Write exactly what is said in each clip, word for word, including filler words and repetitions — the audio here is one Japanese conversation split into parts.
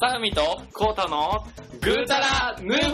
正文とコウタのグータラヌーボー。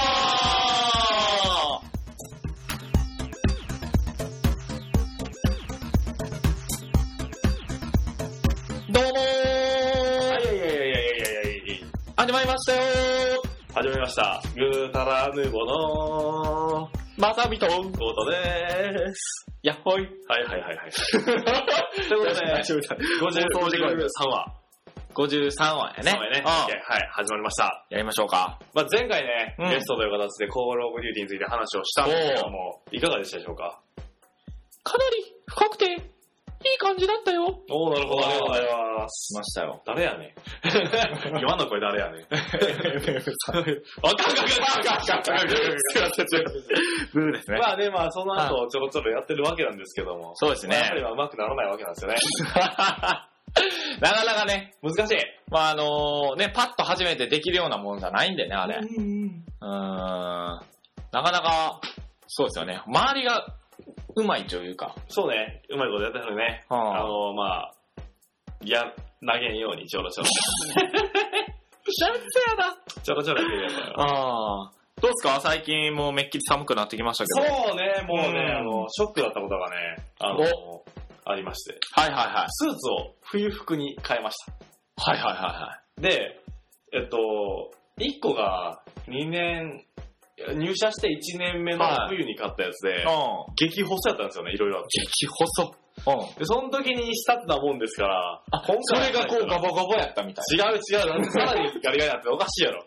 どうもー。 はいはいはいはいはいはい。 始まりましたよー。 始まりました。グータラヌーボーのまさみとコウタでーす。 やっほい。 はいはいはいはい。ということで、ごじゅうさんわ。 ごじゅうさんわやね。 そうやね。はい、始まりました。 やりましょうか。 まあ、前回ね、 うん、 ゲストという形でコールオブデューティについて話をしたんですけども、いかがでしたでしょうか？ かなり深くて、いい感じだったよ。 おー、なるほど。ありがとうございます。 しましたよ。 誰やねん。今の声誰やねん。わかんかんかんかんかんかんかん。 ブーですね。 まあね、まあその後ちょろちょろやってるわけなんですけども。 そうですね。 やっぱり上手くならないわけなんですよね。 なかなかね、 難しい。 まああのー、ね、パッと初めてできるようなもんじゃないんでね、あれ。うーん。なかなか、そうですよね。周りがうまいというか。 そうね、うまいことやってはるね。はあ、あのー、まあ、や、投げんようにちょろちょろ。 なんでやだ。 ちょろちょろやってるやつだよ。 ああ。どうですか？最近もうめっきり寒くなってきましたけど。 そうね、もうね、あの、ショックだったことがね、あの、ありまして。 はいはいはい。 スーツを冬服に変えました。 はいはいはいはい。 で、えっと、いっこがにねん、入社していちねんめの冬に買ったやつで、はい、激細やったんですよね、いろいろあって。 激細。うん。で、 その時にしたってたもんですから、 あ、今回それがこうガボガボやったみたいな。違う違う、なんでさらにガリガリになっておかしいやろ。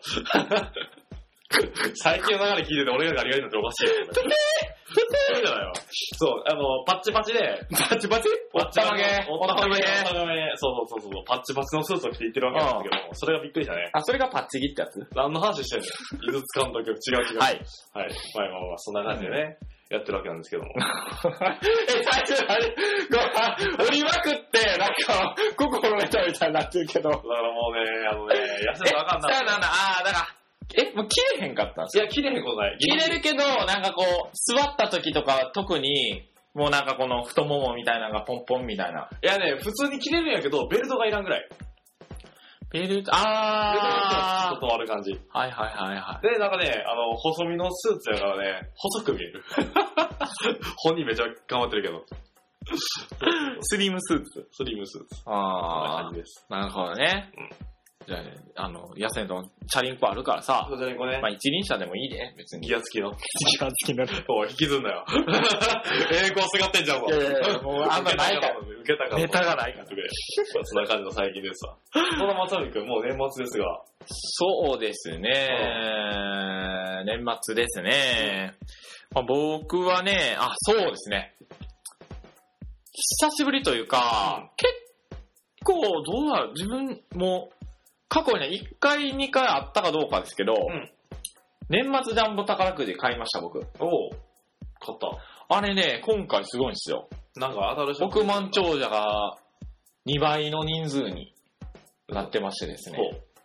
最近の流れ聞いてて俺がガリガリになっておかしいやろ。そうじゃないわ。そう、あの、パッチパチで、 パッチパチおったまげ。 おったまげ。 そうそうそうそう、パッチパチのスーツを着ていってるわけなんですけども、それがびっくりしたね。 あ、それがパッチギってやつ？ 何の話してんの？井筒監督、違う違う。はい。はい。まあまあまあ、そんな感じでね、やってるわけなんですけども。 え、最初、あれ、折りまくって、なんか、心めたみたいになってるけど。だからもうね、あのね、痩せたらあかんな。 え、なんだ、あー、だから、え、もう切れへんかったんですか？いや、切れへんことない。 切れるけど、なんかこう、座った時とか特に、もうなんかこの太ももみたいなのがポンポンみたいな。 いやね、普通に切れるんやけど、ベルトがいらんぐらい。 ベルト、あー。 ちょっと悪い感じ。 はいはいはいはい。 で、なんかね、あの、細身のスーツやからね、細く見える。本人めちゃ頑張ってるけど。 スリムスーツ。 スリムスーツ。 あー。 そんな感じです。 なるほどね。うん。じゃあね、あの、痩せんと、チャリンコあるからさ。 チャリンコね。 まあ一輪車でもいいね、別に。 ギア付きの。 ギア付きの。 おい、引きずんなよ。栄光すがってんじゃん、もう。 いやいやいや、もうあんまないから。 受けたから。 ネタがないから。 そんな感じの最近ですわ。このまさみくん、もう年末ですが。 そうですね。年末ですね。まあ、僕はね、あ、そうですね。久しぶりというか、うん、結構、どうだ、自分も、過去にね、いっかい、にかいあったかどうかですけど、うん、年末ジャンボ宝くじ買いました、僕。 おう、買った。 あれね、今回すごいんですよ。 なんか新しい。 億万長者がにばいの人数になってましてですね。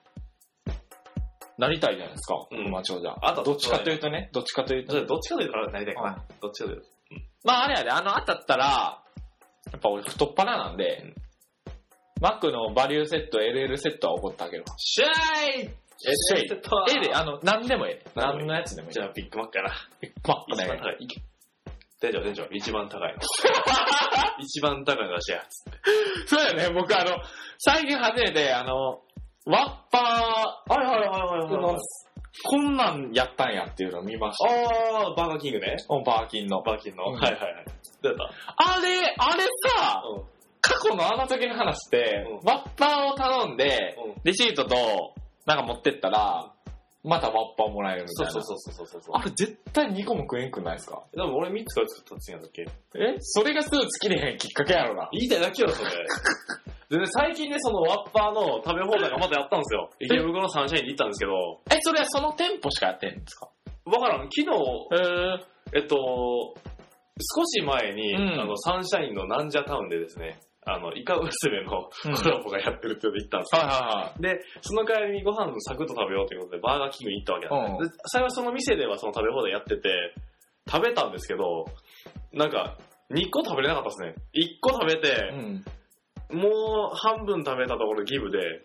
なりたいじゃないですか、億万長者。あとどっちかというとね、どっちかというと。 どっちかというとなりたいかな。どっちかというと。 うん、まああれやで、あの当たったら、やっぱ俺太っ腹なんで、うん、マックのバリューセット、エルエル セットはおごってあげるわ。 シャーイえ、シャイええで、あの、なんでもええ。なんのやつでもいい。 じゃあビッグマックやな。 ビッグマックね。 一番高い。店長、店長、一番高いの。一番高いの出しや。つって。 そうやね、僕あの、最近初めて、あの、ワッパー、 はいはいはいはいはい。 こんなんやったんやっていうのを見ました。 あー、バーガーキングね。 バーキンの。 バーキンの。はいはいはい。どうやったあれ、あれさ、うん、過去のあの時の話って、うん、ワッパーを頼んで、うん、レシートと、なんか持ってったら、またワッパーもらえるみたいな。 そうそうそうそうそう。 あれ絶対にこも食えんくないですか？ でも俺みっつから作ったって言うんだっけ？ えそれがスーツ着れへんきっかけやろな。 言いたいだけやろ、それ。でね、最近ね、そのワッパーの食べ放題がまたやったんですよ。池袋のサンシャインに行ったんですけど。 え、それはその店舗しかやってんですか？ わからん。昨日、えー、えっと、少し前に、うん、あの、サンシャインのナンジャタウンでですね、あの、イカ娘のコラボがやってるって言って行ったんですよ。 うん、はいはいはい。 で、その帰りにご飯サクッと食べようということで、バーガーキングに行ったわけなんです、うん、で、幸いその店ではその食べ放題やってて、食べたんですけど、なんか、にこ食べれなかったですね。いっこ食べて、うん、もう半分食べたところギブで、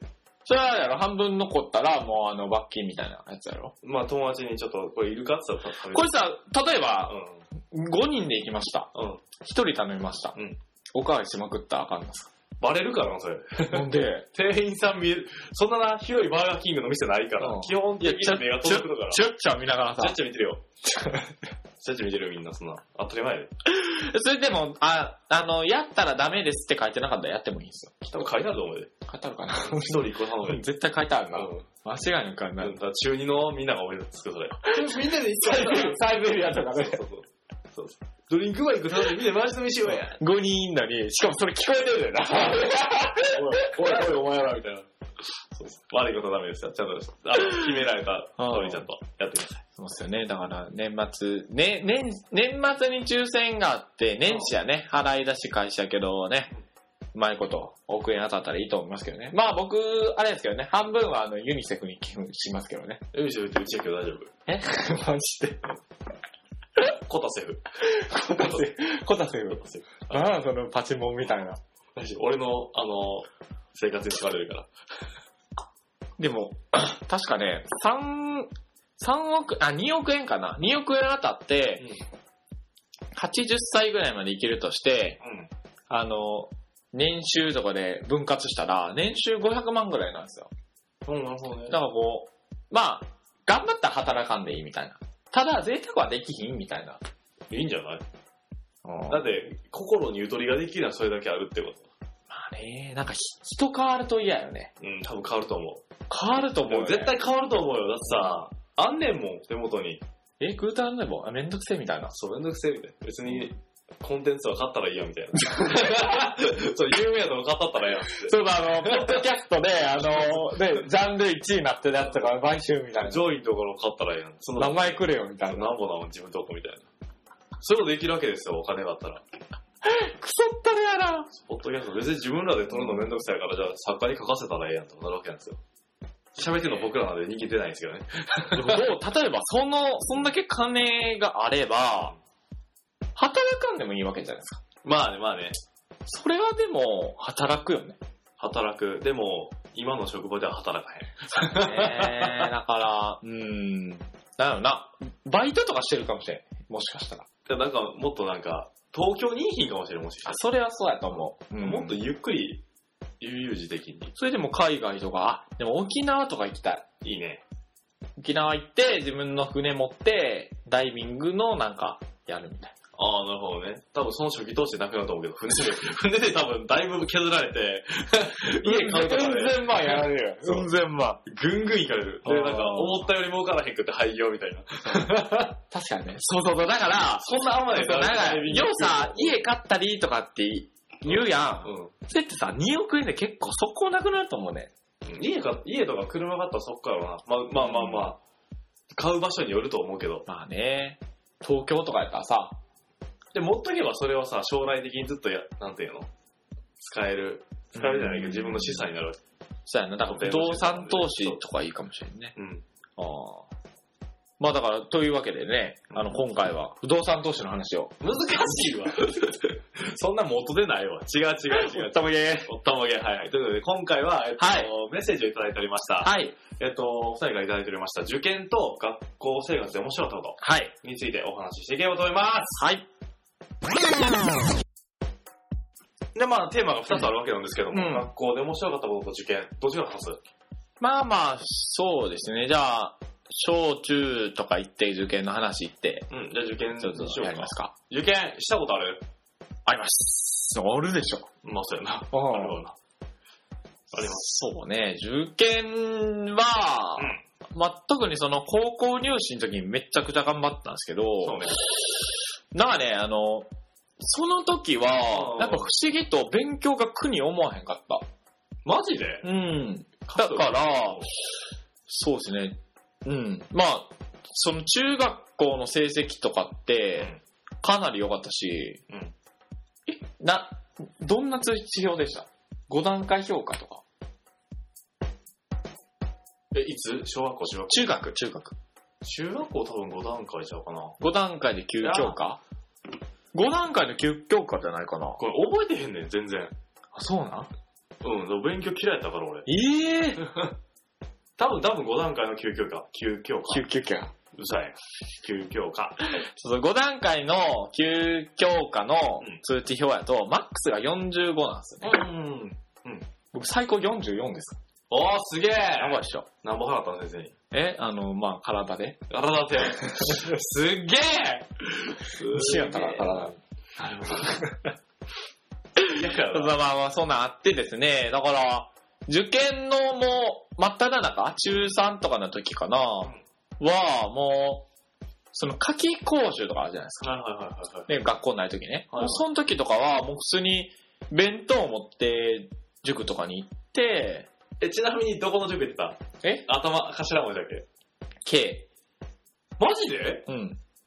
それはやろ、半分残ったらもうあの罰金みたいなやつやろ。 まあ友達にちょっとこれいるかって言ったら食べる。 これさ、例えば、 うん、 ごにんで行きました。 うん。 ひとり頼みました。うん。おかわりしまくったらあかんのさ。 バレるからな、それ。 なんで店員さん見える。そんなな、広いバーガーキングの店ないから。うん、基本的に目が届くのから。 ちょっちゃ見ながらさ。 ちょっちゃ見てるよ。ちょっちゃ見てるよ、みんな、そんな。当たり前で。 それでも、あ、あの、やったらダメですって書いてなかったらやってもいいんですよ。 多分書いてあると思うで。 書いてあるかな一人一個頼む。 絶対書いてあるな。うん、間違いなくあるな。 うん、だ中二のみんなが俺ですけど、それ。 みんなで一回サイズエリアとかね。そうそうそう。 そうそうドリンクバイク頼んでみんな回し飲みしようや。 ごにんいんのに、しかもそれ聞こえてるんだよな。 おい、おい、お前ら、みたいな。そうそう悪いことダメですよ。ちゃんと、あの、決められた通りちゃんとやってください。 そうですよね。だから年末、ね、年、年末に抽選があって、年始はね、払い出し返しやけどね、うまいこと億円当たったらいいと思いますけどね。まあ僕、あれですけどね、半分はあのユニセフに寄付しますけどね。 ユニセフってうちやけど大丈夫？ えマジでコタセフ。 コタセフ。コタセフ。ああ、そのパチモンみたいな。 俺の、あの、生活に使われるから。 でも、確かね、三、三億、あ、におくえんかな。におくえん当たって、うん、はちじゅっさいぐらいまでいけるとして、うん、あの、年収とかで分割したら、年収ごひゃくまんぐらいなんですよ。 うん、なるほどね。 だからこう、まあ、頑張ったら働かんでいいみたいな。ただ、贅沢はできひんみたいな。 いいんじゃない？うん、だって、心にゆとりができるのはそれだけあるってこと。 まあね、なんか人変わると嫌よね。 うん、多分変わると思う。 変わると思うよ、ね。 絶対変わると思うよ。だってさ、あんねんもん、手元に。 え、食うたあんねんもん。あ、めんどくせえみたいな。 そう、めんどくせえみたいな。別に、コンテンツは買ったらいいやみたいな。そう、有名なの買ったったらいいやんって。 そうだ、あの、ポッドキャストで、あの、で、ジャンルいちいになってるやつとか、買収みたいな。 上位のところ買ったらいいやん。 その名前くれよみたいな。 なんぼなもん自分とこみたいな。そういうことできるわけですよ、お金があったら。 くそったれやな。 ポッドキャスト、別に自分らで撮るのめんどくさいから、じゃあ作家に書かせたらええやんとなるわけなんですよ。喋ってるの僕らなんで人気出ないんですけどね。 でもどう、例えば、その、そんだけ金があれば、働かんでもいいわけじゃないですか。 まあね、まあね。 それはでも、働くよね。 働く。でも、今の職場では働かへん。 えー、だから、うーん。だよな。バイトとかしてるかもしれん。もしかしたら。 なんか、もっとなんか、東京にいい日かもしれん、もしかしたら。 あ、それはそうやと思う。 うん、もっとゆっくり、悠々自適に。 それでも海外とか、あ、でも沖縄とか行きたい。 いいね。 沖縄行って、自分の船持って、ダイビングのなんか、やるみたいな。 ああ、なるほどね。多分その初期投資なくなると思うけど、船で、船で多分だいぶ削られて、家買うとかね。 うん千万やられるよ。うん千万。 ぐんぐんいかれる。で、なんか、思ったより儲からへんくって廃業みたいな。 確かにね。そうそうそう。だから、 そんなあんまりなんか、要さ、家買ったりとかって言うやん。うん。それってさ、におくえんで結構速攻なくなると思うね。 家か、家とか車買ったらそっからな。まあまあまあまあ、買う場所によると思うけど。 まあね。東京とかやったらさ、 で、持っとけばそれはさ、将来的にずっとや、なんていうの使える。使えるじゃないけど、自分の資産になるわけ。 そうやな。だから不動産投資とかいいかもしれんね。うん。ああ。まあだから、というわけでね、あの、今回は不動産投資の話を。 難しいわ。そんな元でないわ。違う違う違う。 おったまげ。 おったまげ。はいはい。ということで、今回は、えっと、はい、メッセージをいただいておりました。 はい。 えっと、お二人がいただいておりました、受験と学校生活で面白かったこと。 はい。 についてお話ししていければと思います。 はい。 で、まあ、テーマがふたつあるわけなんですけども、うん、学校で面白かったことと受験、どっちが話す？ まあまあ、そうですね。じゃあ、小中とか行って受験の話行って。 うん、じゃあ受験ちょっとやりますか。 受験したことある？ あります。あるでしょ。 まあ、そうやな。あるわな。あります。 そうね。受験は、うん、まあ、特にその高校入試の時にめちゃくちゃ頑張ったんですけど、 そうね。 なんかね、あの、その時は、なんか不思議と勉強が苦に思わへんかった。 マジで？ うん。だから、そうですね。うん。まあ、その中学校の成績とかって、かなり良かったし、うん、え、な、どんな指標でした？ ご 段階評価とか。 え、いつ？小学校、中学校？ 中学、中学。 中学校多分ご段階ちゃうかな。 ご段階できゅう教科？ ご 段階できゅう教科じゃないかな。 これ覚えてへんねん、全然。 あ、そうなん？ うん、勉強嫌いやったから俺。 ええー、 多分、多分ご段階の急教科。急教科。 急急教科。 うさい。急教科。 そうそう、ご段階の急教科の通知表やと、マックスがよんじゅうごなんですよね。 うん。うん。 僕最高よんじゅうよんです。 おー、すげえ。 やばいっしょ。 何本払ったの先生に。 え、あの、まあ、体で。 体で。すっげえ西やったから体。 なるほど。 だからまあまあ、そんなんあってですね。だから、受験のもう、真っ只中中さんとかの時かな、うん、は、もう、その夏季講習とかあるじゃないですか。 はいはいはいはい。 ね、学校ない時ね。 はいはい、 もうその時とかは、もう普通に弁当を持って塾とかに行って、 え、ちなみにどこの塾行ってた？ え？ 頭、頭文字だけ K。 マジで？ うん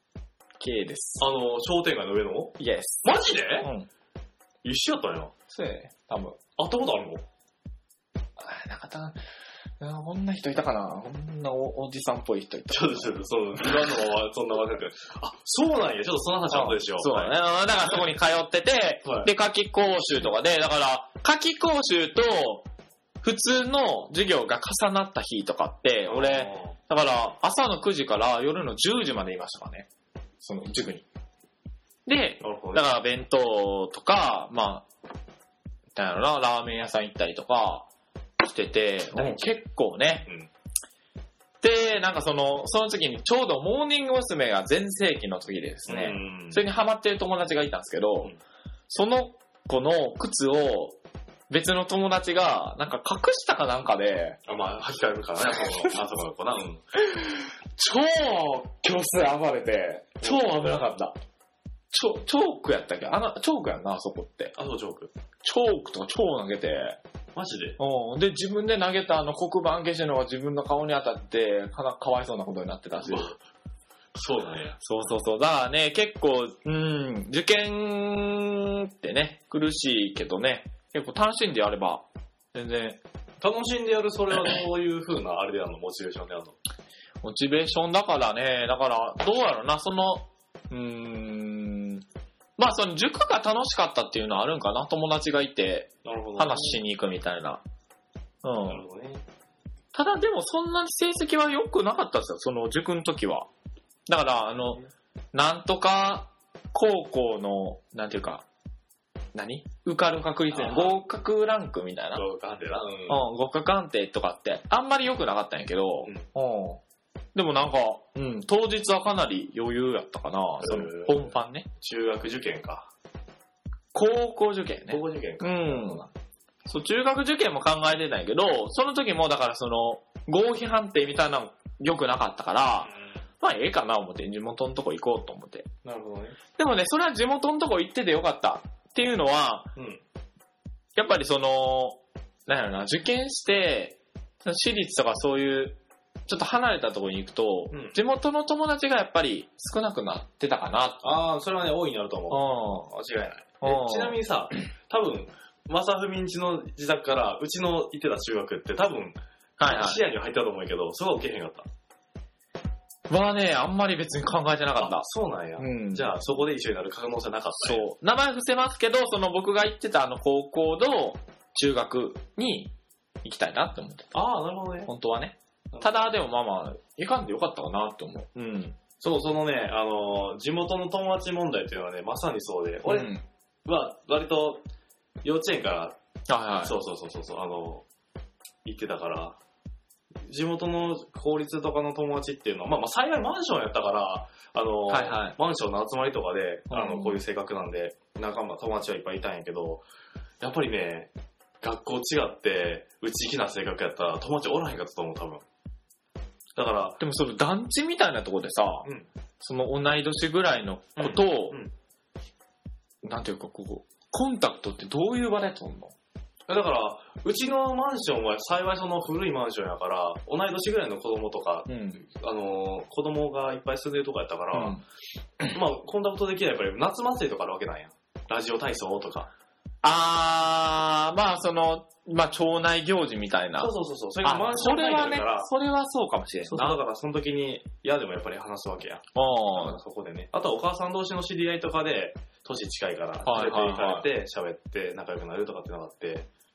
。K です。 あの、商店街の上の？ イエス。 マジで？ うん。 一緒やったんや。 そうやね。多分。 会ったことあるの？ あ、なかったな。こんな人いたかな、こんな お, おじさんっぽい人いた。 ちょっとちょっと、そう、今のはそんなわかる。あ、そうなんや。ちょっとその話後でしよう。 そうだね。はい、だからそこに通ってて、はい、で、夏季講習とかで、だから、夏季講習と、普通の授業が重なった日とかって、俺、だから朝のくじから夜のじゅうじまでいましたからね。その塾に。で、だから弁当とか、まあ、なんやろな、ラーメン屋さん行ったりとかしてて、結構ね、うん。で、なんかその、その時にちょうどモーニング娘。が全盛期の時でですね、それにハマってる友達がいたんですけど、うん、その子の靴を、別の友達が、なんか隠したかなんかで、 あ、まあ、履き替えるからね、あそこの子な。うん、 超、教室暴れて、超危なかった。チョ、チョークやったっけ？あの、チョークやんな、あそこって。 あ、そう、チョーク。 チョークとか超投げて。 マジで？ うん。で、自分で投げたあの黒板消しのが自分の顔に当たって、かな、かわいそうなことになってたし。 そうなんや。 そうそうそう。だからね、結構、うん、受験ってね、苦しいけどね、結構楽しんでやれば、全然。 楽しんでやる、それはどういう風なあれでやるの？モチベーションでやるの？ モチベーションだからね、だから、どうやろな、その、うーん、まあその塾が楽しかったっていうのはあるんかな、友達がいて、 なるほどね、 話しに行くみたいな。うん。 なるほどね。 ただでもそんなに成績は良くなかったんですよ、その塾の時は。だから、あの、なんとか高校の、なんていうか、何？受かる確率ね、合格ランクみたいな。 合格判定な。 うん。うん、合格判定とかって、あんまり良くなかったんやけど、うん。うん、でもなんか、うん、当日はかなり余裕やったかな、その、本番ね。 中学受験か。 高校受験ね。 高校受験か。 うん。そう、中学受験も考えてないけど、その時もだからその、合否判定みたいなの良くなかったから、うん、まあええかな思って、地元のとこ行こうと思って。 なるほどね。 でもね、それは地元のとこ行っててよかったっていうのは、うん、やっぱりその、なんやろな、受験して、私立とかそういう、ちょっと離れたところに行くと、うん、地元の友達がやっぱり少なくなってたかな。 ああ、それはね、大いになると思う。間違いない。えちなみにさ、多分、まさふみんちの自宅から、うちの行ってた中学って多分、はいはい、視野には入ったと思うけど、そこは受けへんかった。 はね、あんまり別に考えてなかった。 そうなんや。うん、じゃあ、そこで一緒になる可能性なかった、 ね。そう。名前伏せますけど、その僕が行ってたあの高校の中学に行きたいなって思って。 ああ、なるほどね。 本当はね。ただ、でもまあまあ、行かんでよかったかなって思う。うん。 そう、そのね、あの、地元の友達問題っていうのはね、まさにそうで、俺は割と幼稚園から、 はいはい、 そうそうそうそう、あの、行ってたから、地元の公立とかの友達っていうのは、まあまあ幸いマンションやったから、あの、はいはい、マンションの集まりとかで、あの、こういう性格なんで、仲間、友達はいっぱいいたんやけど、やっぱりね、学校違って、内気な性格やったら友達おらへんかったと思う、多分。だから、 でもその団地みたいなところでさ、うん、その同い年ぐらいのことを、うんうん、なんていうか、ここ、コンタクトってどういう場で取んの？ だから、うちのマンションは幸いその古いマンションやから、同い年ぐらいの子供とか、うん、あの、子供がいっぱい住んでるとかやったから、うん、まあ、コンタクトできないやっぱり夏祭りとかあるわけなんや。ラジオ体操とか。 あー、まあその、まあ町内行事みたいな。 そうそうそうそう。それがマンション内だから。 それはね、それはそうかもしれんない。 そうそう、だからその時に嫌でもやっぱり話すわけや。ああ。そこでね。あとはお母さん同士の知り合いとかで、年近いから、連れて行かれて、喋って仲良くなるとかってのがあって、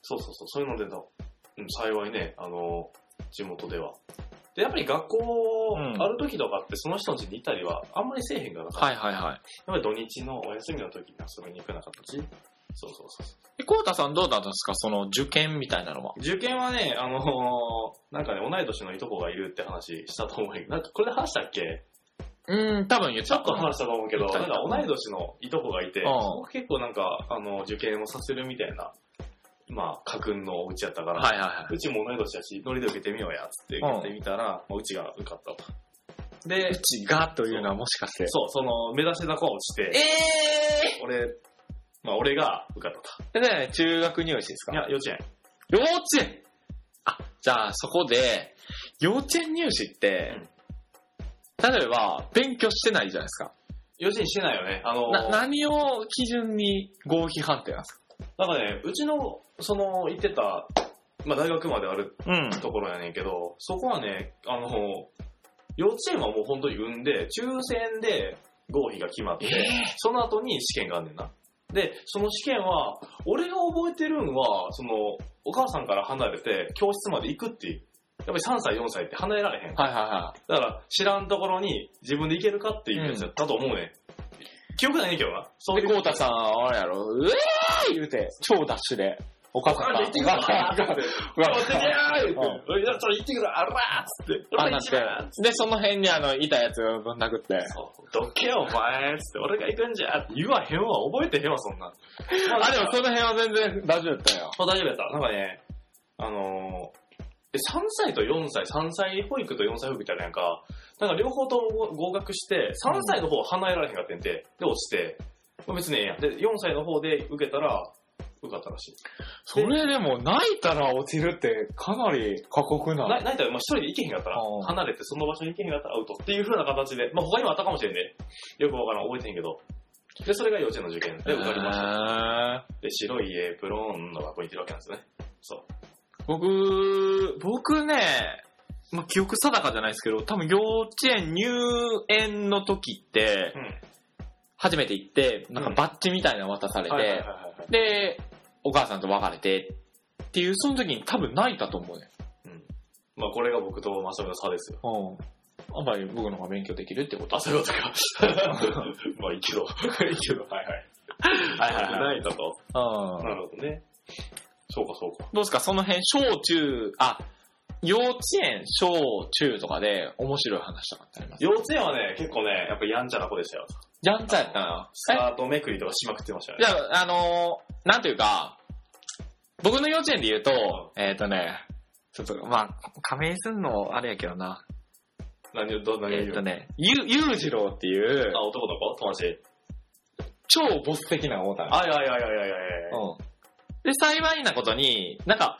そうそうそう、そういうので、うん、幸いね、あの、地元では。で、やっぱり学校ある時とかってその人の家にいたりはあんまりせえへんからさ。 はいはいはい。やっぱり土日のお休みの時に遊びに行くような形。そうそうそうそう。 え、コウタさんどうだったんですか、その受験みたいなのは。 受験はね、あのー、なんかね、同い年のいとこがいるって話したと思うけど、なんかこれで話したっけ？ うん、多分言っちょっと話したと思うけど、なんか同い年のいとこがいて、 うん、 結構なんか、あの、受験をさせるみたいな、まあ、家訓のお家やったから、 はいはいはい、 うちも同い年やし、ノリで受けてみようや、つって受けてみたら、うん、うちが受かったと。 で、うちがというのはもしかして。 そう、その、目指してた子は落ちて、 えー、 俺、まあ、俺が受かったと。で、ね、中学入試ですか？ いや、幼稚園。 幼稚園あ、じゃあそこで、幼稚園入試って、うん、例えば、勉強してないじゃないですか。 幼稚園してないよね。あのー、 な、何を基準に合否判定なんですか？ なんかね、うちの、その、行ってた、まあ、大学まであるところやねんけど、うん、そこはね、あの、幼稚園はもう本当に産んで、抽選で合否が決まって、えー、その後に試験があんねんな。で、その試験は、俺が覚えてるんは、その、お母さんから離れて、教室まで行くっていう。やっぱりさんさい、よんさいって離れられへん。 はいはいはい。 だから、知らんところに自分で行けるかっていうやつだったと思うね、うん。記憶ないねんけどな。 そういう。で、コウタさん、あれやろ、うえー言うて、超ダッシュで。お母さんが。 行ってくるわーって。うわ、行ってけー言って。いや、それ行ってくるあらーっつって。 あ、なって。で、その辺にあの、いたやつをぶん殴って。 そう。どけよ、お前っつって。俺が行くんじゃって言わへんわ。覚えてへんわ、そんな。 あ、でもその辺は全然大丈夫だったよ。 大丈夫やった。なんかね、あのー、さんさいとよんさい、さんさい保育とよんさい保育ってあるやんか。なんか両方とも合格して、さんさいの方離れられへんかってんて。で、落ちて。まあ、別にええやん。で、よんさいの方で受けたら、受かったらしい。 それでも泣いたら落ちるってかなり過酷な。 泣いたらまあ一人で行けへんかったら、離れてその場所に行けへんかったらアウトっていう風な形で、まあ他にもあったかもしれんね。よくわからん、覚えてへんけど。で、それが幼稚園の受験で受かりました。で、白いエプロンの学校に行ってるわけなんですね。そう。 僕、僕ね、まあ、記憶定かじゃないですけど、多分幼稚園入園の時って、うん、初めて行って、なんかバッジみたいなの渡されて、で、お母さんと別れてっていう、その時に多分泣いたと思うね。 うん。まあこれが僕とマサミの差ですよ。 うん。あんまり僕の方が勉強できるってこと。 あ、そういうことか。まあいいけど。いいけど、はいはい。はいはいはい。泣いたと。うん。なるほどね。そうかそうか。 どうですか、その辺、小中、あ、幼稚園、小中とかで面白い話とかってありますか？ 幼稚園はね、結構ね、やっぱやんちゃな子でしたよ。 やんちゃやったな。 スカートめくりとかしまくってましたね。 じゃあ、あのー、なんていうか、僕の幼稚園で言うと、うん、えっ、ー、とね、ちょっと、まあ、加盟すんのあれやけどな。 何を、どう、何を言う？ えっ、ー、とね、ゆ、ゆうじろうっていう、 あ、男の子？友達？ 超ボス的な子だね。 あいやいやいやいやいやうん。で、幸いなことに、なんか、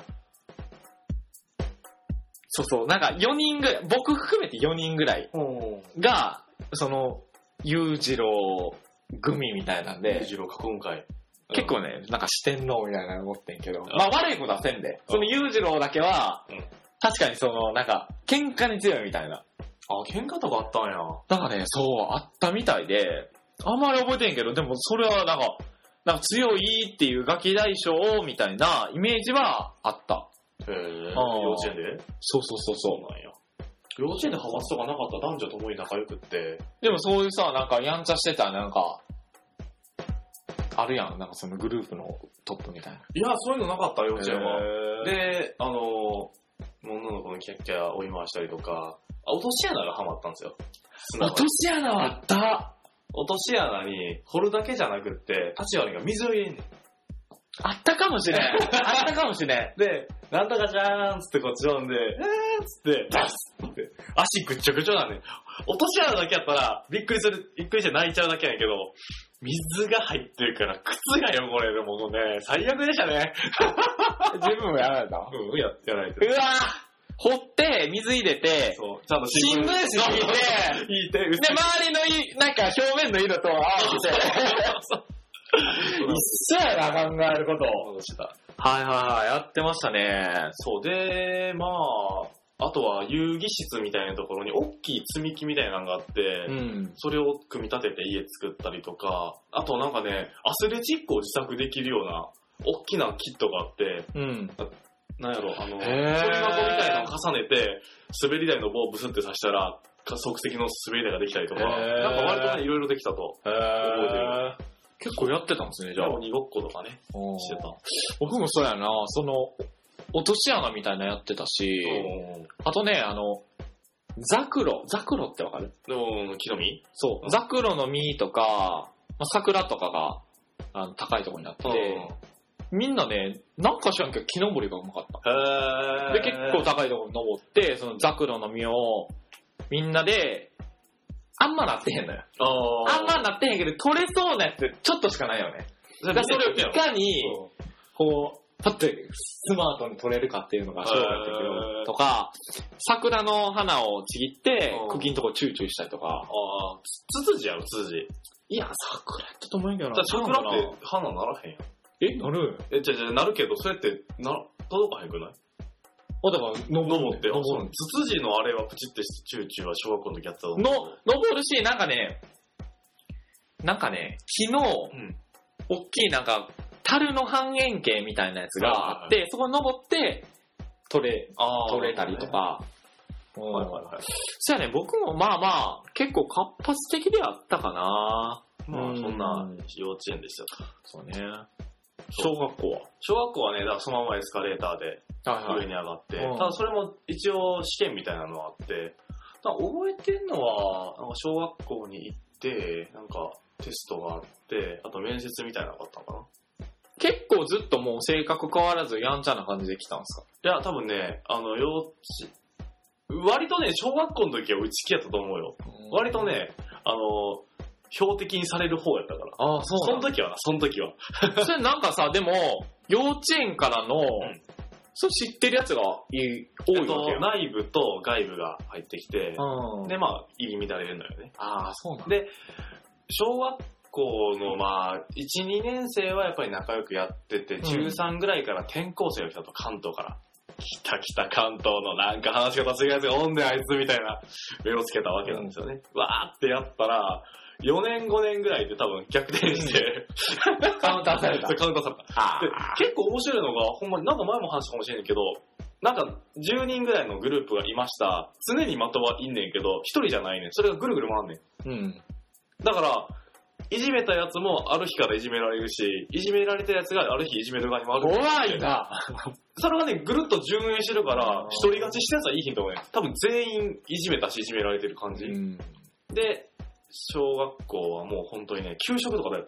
そうそう、なんかよにんぐらい、僕含めてよにんぐらいが、その、裕次郎組みたいなんで、 裕次郎囲む会。 結構ね、なんか四天王みたいなの持ってんけど、まあ悪いことはせんで、その裕次郎だけは、確かにその、なんか、喧嘩に強いみたいな。 あ、喧嘩とかあったんや。 だからね、そう、あったみたいで、あんまり覚えてんけど、でもそれはなんか、なんか強いっていうガキ大将みたいなイメージはあった。 へぇー。幼稚園で？ そうそうそうそう。 そうなんや。幼稚園で派閥とかなかった男女ともに仲良くって。 でもそういうさ、なんかやんちゃしてたなんか、あるやん。なんかそのグループのトップみたいな。 いや、そういうのなかった、幼稚園は。で、あの、女の子のキャッキャ追い回したりとか、あ、落とし穴がハマったんですよ。 落とし穴あった落とし穴に掘るだけじゃなくって、立ち割りが水を入れんねん。 あったかもしれん。あったかもしれん。 で、なんとかじゃーんつってこっち飲んで、えーっつって、出すって。足ぐっちょぐちょなんねん。落とし穴だけやったら、びっくりする、びっくりして泣いちゃうだけやねんけど、水が入ってるから、靴が汚れる。もうね、最悪でしたね。 自分もやられた？ うん、や、やられてる。 うわぁ掘って、水入れて、 そう、ちゃんと新聞紙引いて、 引いて、 で、周りのい、なんか表面の色と合わせて、一緒やな、考えることを。はいはいはい、やってましたね。 そう、で、まあ、あとは遊戯室みたいなところに大きい積み木みたいなのがあって、うん、それを組み立てて家作ったりとか、あとなんかね、アスレチックを自作できるような大きなキットがあって、 うん。 なんやろ、あの、跳び箱みたいなのを重ねて、滑り台の棒をブスって刺したら、即席の滑り台ができたりとか、なんか割とね、いろいろできたと覚えてる。 結構やってたんですね、じゃあ。 鬼ごっことかね、してた。 僕もそうやな、その、落とし穴みたいなのやってたし、あとね、あの、ザクロ、ザクロってわかる？ うん、木の実？ そう、ザクロの実とか、まあ、桜とかがあの高いところにあって、みんなね、なんか知らんけど木登りがうまかった。 へー。 で、結構高いところに登って、そのザクロの実をみんなで、あんまなってへんのよ。あんまなってへんけど、取れそうなやつちょっとしかないよね。だからそれをいかに、こう、パッてスマートに取れるかっていうのが勝負やってくるとか、桜の花をちぎって、茎のとこチューチューしたりとか。ああ、ツツジやろ、ツツジ。 いや、桜やったと思うんやけどな。桜って花ならへんやん。 え、なる？ え、じゃじゃなるけど、それってな届かへんくない？ あ、だから登って、登る。ツツジのあれはプチってチューチューは小学校の時やってたの。 の登るし、なんかね、なんかね、木の、うん、大きいなんか、樽の半円形みたいなやつがあって、はいはいはい、そこに登って取れ、取れたりとか。はいはいはい。そやね、僕もまあまあ、結構活発的であったかな。 まあ、そんな幼稚園でした。 そうね。小学校は小学校はね、だからそのままエスカレーターで上に上がって、はいはい、ただそれも一応試験みたいなのがあって、ただ覚えてんのは、なんか小学校に行って、なんかテストがあって、あと面接みたいなのがあったのかな。 結構ずっともう性格変わらずやんちゃな感じで来たんですか？ いや、多分ね、あの、幼稚、割とね、小学校の時は内気やったと思うよ。割とね、あの、標的にされる方やったから。 ああ、そうその時はな、その時は。 それなんかさ、でも、幼稚園からの、うん、そう知ってるやつが多いわけよ。 内部と外部が入ってきて、うん、で、まあ、入り乱れるのよね。 ああ、そうなんだ。で、小学校の、まあ、いち、にねん生はやっぱり仲良くやってて、中ちゅうさんぐらいから転校生が来たと、関東から。来た来た関東のなんか話し方違うやつがおんねんあいつみたいな目をつけたわけなんですよね。うん、わーってやったら、よねんごねんぐらいで多分逆転して、 うん、カウンターされた。 カウンターされた。で、結構面白いのが、ほんまになんか前も話したかもしれないけど、なんかじゅうにんぐらいのグループがいました。常に的はいんねんけど、ひとりじゃないねん。それがぐるぐる回んねん。うん。だから、いじめたやつもある日からいじめられるし、いじめられたやつがある日いじめる側に回る。 怖いな。 それがね、ぐるっと順延してるから、一人勝ちしたやつはいいヒントもね、多分全員いじめたしいじめられてる感じ。うん、で、小学校はもう本当にね、給食とかどうやった？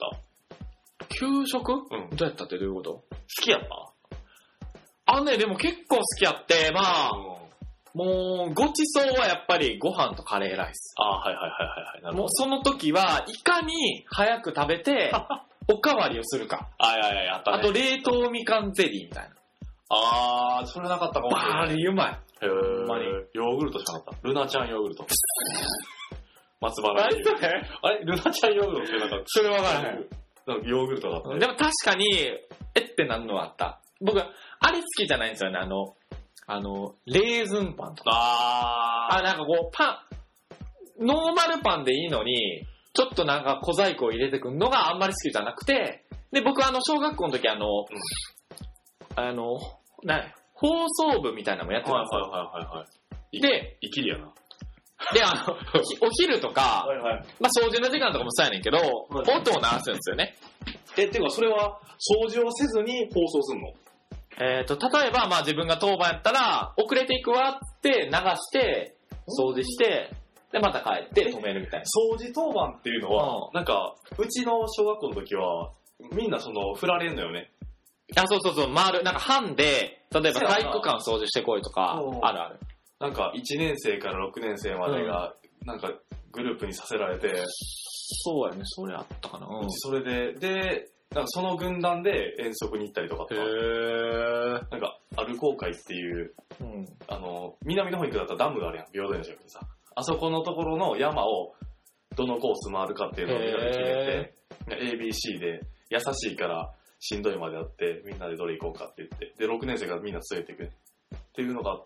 給食？ うん。 どうやったってどういうこと？ 好きやった？ あのね、でも結構好きやって、まあ、うんもう、ごちそうはやっぱりご飯とカレーライス。 ああ、はいはいはいはい、はい。 もうその時はいかに早く食べて、おかわりをするか。 あいやいや、やったね。 あと冷凍みかんゼリーみたいな。 あー、それなかったかもしれない。 あれうまい。 へー。ほんまに。ヨーグルトしかなかった。ルナちゃんヨーグルト。松原あれそれあれルナちゃんヨーグルトってなんか、 それわからへん。 なんかヨーグルトだった、ね。 でも確かに、えってなんのはあった。僕、あれ好きじゃないんですよね、あの、あの、レーズンパンとか。 あー。 あ、なんかこう、パン、ノーマルパンでいいのに、ちょっとなんか小細工を入れてくるのがあんまり好きじゃなくて、で、僕あの、小学校の時あの、うん、あの、な、放送部みたいなのもやってたんですよ。 はいはいはいはい。 で、 生きりやな。 で、あの、お昼とか、はいはい、まあ掃除の時間とかもそうやねんけど、はいはい、音を鳴らすんですよね。 え、っていうかそれは、掃除をせずに放送するの？ えっと、例えば、まあ自分が当番やったら、遅れていくわって流して、掃除して、で、また帰って止めるみたいな。 掃除当番っていうのは、うん、なんか、うちの小学校の時は、みんなその、振られんのよね。 あ、そうそうそう、回る、なんか班で、例えば体育館掃除してこいとか、あるある。 なんか、いちねん生からろくねん生までが、うん、なんか、グループにさせられて、 そうやね、それあったかな。 うちそれで、で、なんかその軍団で遠足に行ったりとかとか、へー。なんか、アルコー会っていう、うん、あの、南の方に行くだったらダムがあるやん、平等園じゃなくてさ。あそこのところの山を、どのコース回るかっていうのをみんなで決めて、エービーシー で、優しいからしんどいまでやって、みんなでどれ行こうかって言って、で、ろくねん生からみんな連れていくっていうのがあって、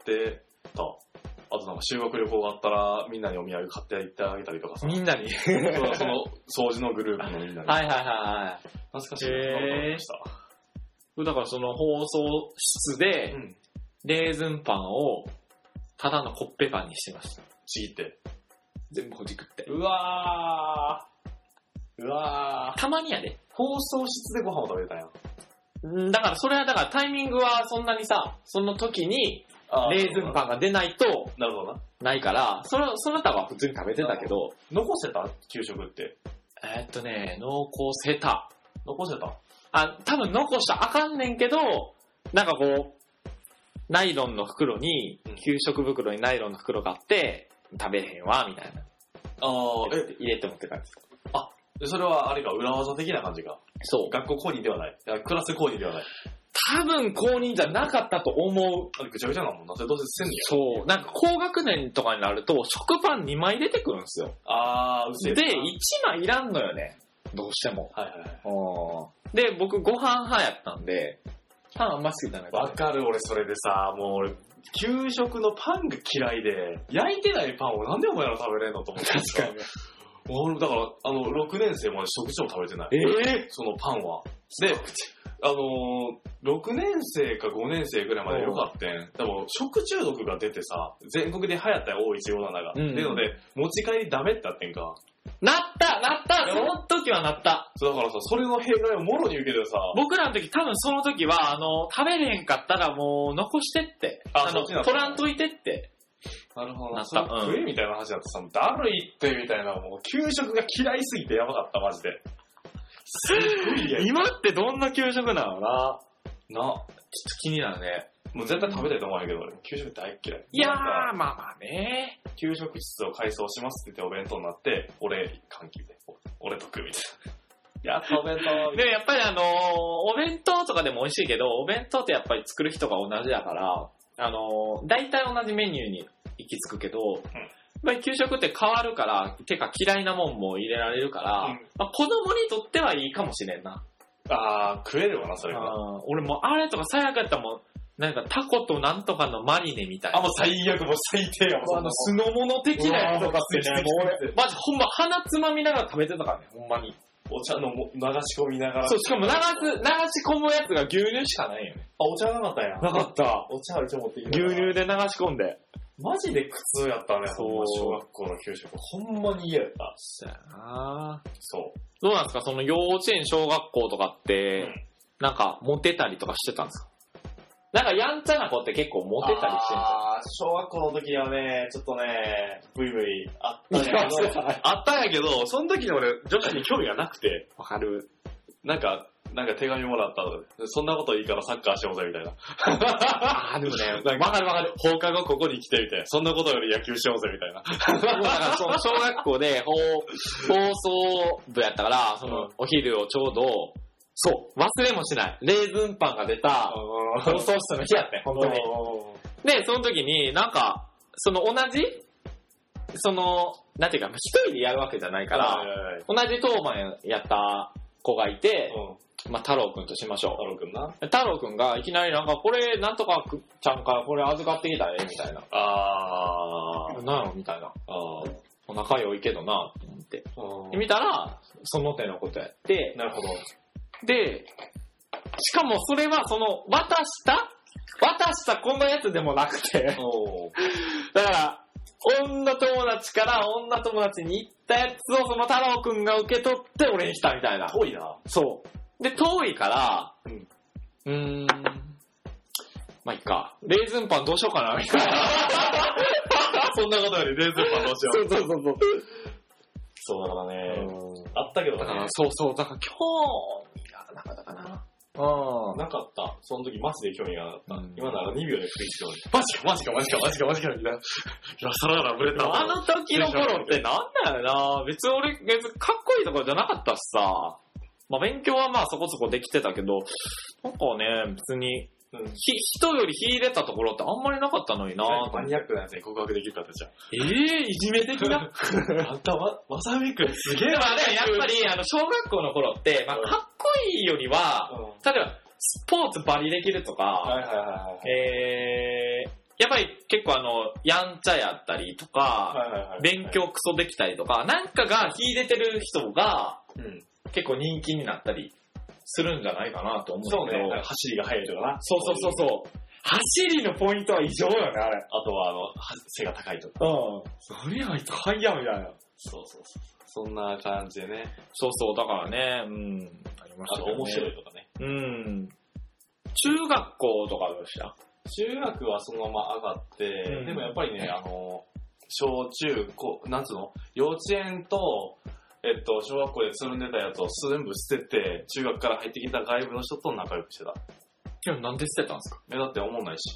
と、あとなんか修学旅行があったら、みんなにお土産買って行ってあげたりとかさ。 みんなにその掃除のグループのみんなに。 はいはいはい。 懐かしいな。へー。 だからその放送室で、レーズンパンを、ただのコッペパンにしてました。 ちぎって。 全部ほじくって。 うわー。うわー。 たまにやで。 放送室でご飯を食べたんや。 だからそれはだからタイミングはそんなにさ、その時にレーズンパンが出ないとなるほどな。 ないから、そのその他は普通に食べてたけど。 残せた給食って。 えー、っとね、残せた。 残せたあ、多分残したらあかんねんけど、なんかこう、ナイロンの袋に、給食袋にナイロンの袋があって、食べへんわ、みたいな。 ああ、 え、入れて持って帰ってた。あ、それはあれか、裏技的な感じか。 そう。 学校公認ではない。クラス公認ではない。 多分公認じゃなかったと思う。 あれぐちゃぐちゃなもんな。それどうせせんねや。そう。なんか高学年とかになると、食パンにまい出てくるんですよ。 あー、うせえ。 で、いちまいいらんのよね。どうしても。 はいはいはい。 で、僕ご飯派やったんで、パンあんま好きじゃない。 わかる、俺それでさ、もう俺、給食のパンが嫌いで、焼いてないパンをなんでお前ら食べれんのと思って。 確かに。 俺、だから、あの、ろくねん生まで食事も食べてない。 えぇ、ー、 そのパンは。で、あのー、ろくねん生かごねん生ぐらいまでよかったん。でも、食中毒が出てさ、全国で流行ったよ、おおいちごななが。うん、でので、持ち帰りダメってあってんか。 なったなったその時はなった。 そうだからさ、それの弊害をもろに受けてさ。 僕らの時多分その時は、あの、食べれへんかったらもう残してって。あ, あの、取らんといてって。 なるほどな。それ食えみたいな話だとさ、だるいってみたいな、もう給食が嫌いすぎてやばかった、マジで。すごいや。 今ってどんな給食なのな。 な。ちょっと気になるね。 もう絶対食べたいと思うんやけど、俺。給食大嫌い。 いやー、まあまあね。 給食室を改装しますって言ってお弁当になって、俺、換気で。俺得みたいな。やっとお弁当。 でもやっぱりあのー、お弁当とかでも美味しいけど、お弁当ってやっぱり作る人が同じだから、あのー、大体同じメニューに行き着くけど、うん、やっぱり給食って変わるから、てか嫌いなもんも入れられるから、うん、まあ、子供にとってはいいかもしれんな。 あー、食えるわな、それが。 俺もあれとか最悪やったらもう、なんかタコとなんとかのマリネみたいな。 あ、もう最悪、もう最低やもん。 あの、酢の物的なやつとかってね、もう俺、マジほんま鼻つまみながら食べてたからね、ほんまに。 お茶のも流し込みながら。 そう、しかも流す、流し込むやつが牛乳しかないよね。 あ、お茶なかったんや。 なかった。 お茶は一応持ってきて。 牛乳で流し込んで。 マジで苦痛やったね、 そう。 小学校の給食。ほんまに嫌やった。 そうやな。 そう。 どうなんですか、その幼稚園、小学校とかって、うん、なんかモテたりとかしてたんですか？なんかやんちゃな子って結構モテたりしてるんですか？ あー、小学校の時はね、ちょっとね、ブイブイあったんやけど、あったんやけど、その時に俺、女子に興味がなくて。 わかる。 なんか、なんか手紙もらったので、そんなこといいからサッカーしようぜ、みたいな。 あー、でもね、わかるわかる。 放課後ここに来てみたいな。そんなことより野球しようぜ、みたいな。 だからその小学校で放放送部やったから、そのお昼をちょうど、そう、忘れもしない。レーズンパンが出た放送室の日やって、本当に。で、その時になんか、その同じ、その、なんていうか、一人でやるわけじゃないから、同じ当番やった子がいて、まあ、太郎くんとしましょう。 太郎くんな。 太郎くんがいきなりなんか、これ、なんとかちゃんからこれ預かってきたらええみたいな。 あー。 なんやろみたいな。 あー。 お仲良いけどな、と思って。で見たら、その手のことやって。 なるほど。 で、しかもそれはその、渡した渡したこのやつでもなくて。だから、女友達から女友達に行ったやつをその太郎くんが受け取って俺に来たみたいな。 遠いな。 そう。で、遠いから、 うん。 うーん。まあ、いっか。レーズンパンどうしようかなみたいな。 そんなことよりレーズンパンどうしよう。そうそうそうそう。 そうだからね。あったけどね。 そうそう。だから興味がなかったかな。 うん。なかった。その時マジで興味がなかった。うん、今ならにびょうでクイズしてマジかマジかマジかマジかマジかみたいな。いや、さらならブレた。 あの時の頃ってなんだよな。別に俺、別にかっこいいとかじゃなかったしさ。まあ勉強はまあそこそこできてたけど、なんかね、別に、うん、ひ人より秀でたところってあんまりなかったのにな。 マニアックなやつに告白できるかってじゃん。 ええー、いじめ的な。 あんたわ、わさびくんすげえ。 でもね、やっぱり、あの、小学校の頃って、まあ、かっこいいよりは、うん、例えば、スポーツバリできるとか、 はいはいはい、 えー、やっぱり結構あの、やんちゃやったりとか、はいはいはい、勉強クソできたりとか、なんかが秀でてる人が、うん、結構人気になったりするんじゃないかなと思うんだけど。 そうね。走りが速いとかな。 そうそうそうそう。走りのポイントは異常よね、あれ。 あとは、あの、背が高いとか。 うん。それは速いみたいな。 そうそうそう。そんな感じでね。 そうそう、だからね、うん。ありましたね。 あと面白いとかね。 うん。中学校とかどうした？ 中学はそのまま上がって、うん、でもやっぱりね、あの、小中高、なんつうの幼稚園と、えっと、小学校でつるんでたやつを全部捨てて、中学から入ってきた外部の人と仲良くしてた。 いや、なんで捨てたんですか？ え、だって思んないし。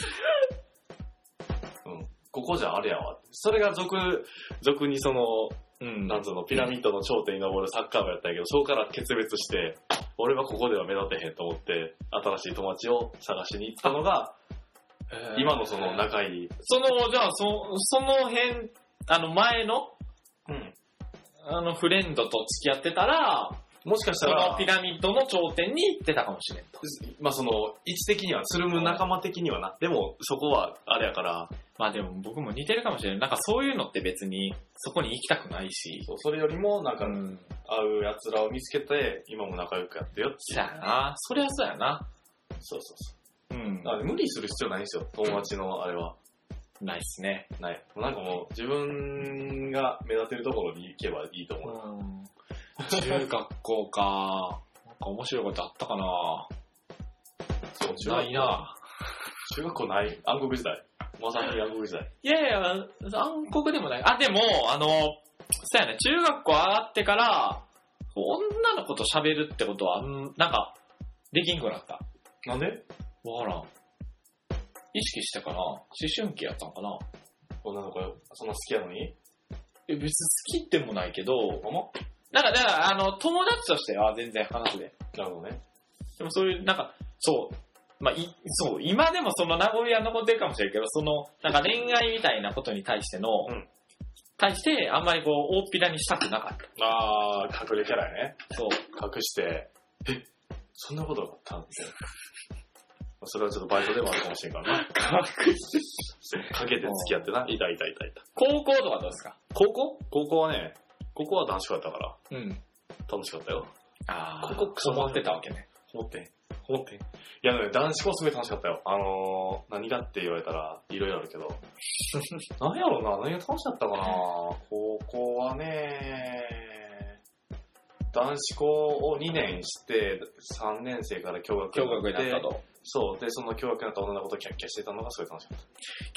うん。ここじゃあれやわ。それが俗、俗にその、うん、なんつうの、ピラミッドの頂点に登るサッカー部やったんやけど、そこから決別して、俺はここでは目立てへんと思って、新しい友達を探しに行ったのが、今のその仲いい。 その、じゃあ、そ、その辺、あの前の、 うん。 あのフレンドと付き合ってたら、 もしかしたら、 そのピラミッドの頂点に行ってたかもしれんと。 まあその、位置的には、つるむ仲間的にはな。でも、そこは、あれやから。 まあでも僕も似てるかもしれない。なんかそういうのって別に、そこに行きたくないし。 そう、それよりも、なんか、うん、会う奴らを見つけて、今も仲良くやってよって。 そうやな。そりゃそうやな。 そうそうそう。 うん。 だから無理する必要ないんですよ、友達のあれは。 ないっすね。 ない。なんかもう、自分が目立てるところに行けばいいと思う。 うん中学校か。なんか面白いことあったかな。 そう、中学校。 ないな。 中学校ない。暗黒時代。まさに暗黒時代。 いやいや、暗黒でもない。あ、でも、あの、そうやね、中学校上がってから、女の子と喋るってことは、なんか、できんくなった。 なんで？ わからん。意識してかな。思春期やったんかな。 女の子そんな好きやのに？ え、別に好きってもないけど、なんか、だから、あの、友達としては全然話で。 なるほどね。 でもそういう、なんか、そう、まあ、い、そう、今でもその名残は残ってるかもしれんけど、その、なんか恋愛みたいなことに対しての、うん、対して、あんまりこう、大っぴらにしたくなかった。 あー、隠れキャラやね。 そう。 隠して、え、そんなことがあったんですよ。それはちょっとバイトでもあるかもしれんからな。 隠してかけて付き合ってな。いたいたいたいた。 高校とかどうですか？ 高校？高校はね、高校は楽しかったから。 うん。 楽しかったよ。 ああ。高校クソ思ってたわけね。 思ってん。思ってん。いやね、男子校すごい楽しかったよ。あのー、何がって言われたら、いろいろあるけど。何やろうな、何が楽しかったかな。高校はね、男子校をにねんして、さんねん生から共学になって。共学になったと。 そう。で、その共学になった女の子とキャッキャしてたのがすごい楽しかった。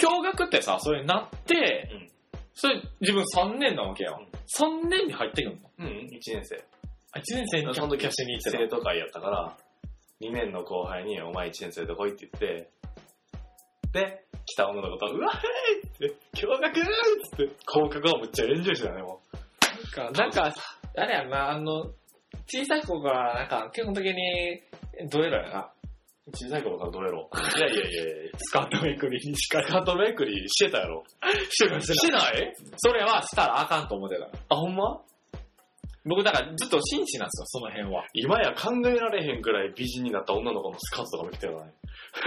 共学ってさ、それなって、うん、それ自分さんねんなわけやん。うん、さんねんに入ってくるの？ うん、いちねん生。 あ、いちねん生にキャッキャしに行ってた。 生徒会やったから、にねんの後輩にお前いちねん生で来いって言って、で、来た女の子と、うわーいって、共学ーって、合格はむっちゃエンジョイしてたね、もう。なんか、なんか、あれやんな、あの、小さい子が、なんか、基本的に、どれだよな。 小さい頃からどれろ。いやいやいやいやスカートめくりにしか。 スカートめくりしてたやろ。 してない。してないそれはしたらあかんと思ってた。 あ、ほんま？ 僕だからずっと紳士なんですよ、その辺は。 今や考えられへんくらい美人になった女の子のスカートとかめくってるのね。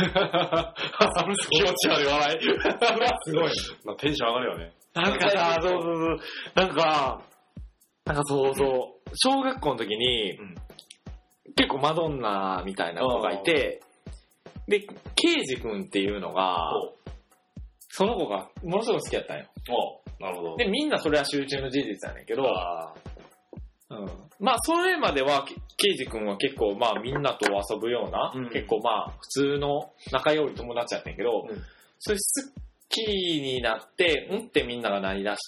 気持ち悪い笑い。 すごい。 まあ、テンション上がるよね。 なんかさ、そうそうそう。なんか、なんかそうそう。小学校の時に、うん、結構マドンナみたいな子がいて、で、ケイジ君っていうのが、その子がものすごく好きやったんよ。 なるほど。 で、みんなそれは集中の事実やねんけど、うん、まあ、それまでは、ケイジ君は結構、まあ、みんなと遊ぶような、うん、結構まあ、普通の仲良い友達やったんやけど、うん、それ好きになって、うんってみんながなりだして、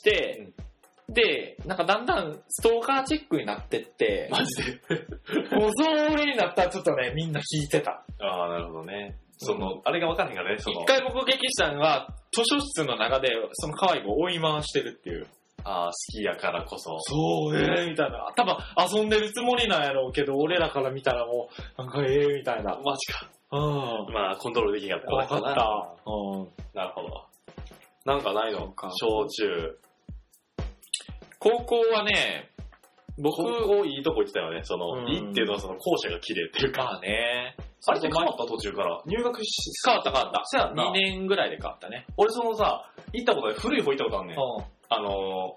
うん、で、なんかだんだんストーカーチェックになってって、 マジでもうそれになったらちょっとね、みんな引いてた。 ああ、なるほどね。その、うん、あれが分かんへんからね、その。 一回目撃したのが、図書室の中で、その可愛い子を追い回してるっていう。 ああ、好きやからこそ。 そう、ええー、みたいな。多分遊んでるつもりなんやろうけど、俺らから見たらもう、なんかええー、みたいな。 マジか。 うん。 まあ、コントロールできなかった。 怖かった。うん。 なるほど。なんかないの？小中。 高校はね、 僕、高校いいとこ行ってたよね。その、うん、いいっていうのはその校舎が綺麗っていうか。 まあね。 あれって変わった途中から。入学し、 変わった変わった。 そうやんな。 にねんぐらいで変わったね。 俺そのさ、行ったことない、古い方行ったことあんねん。うん、あのー、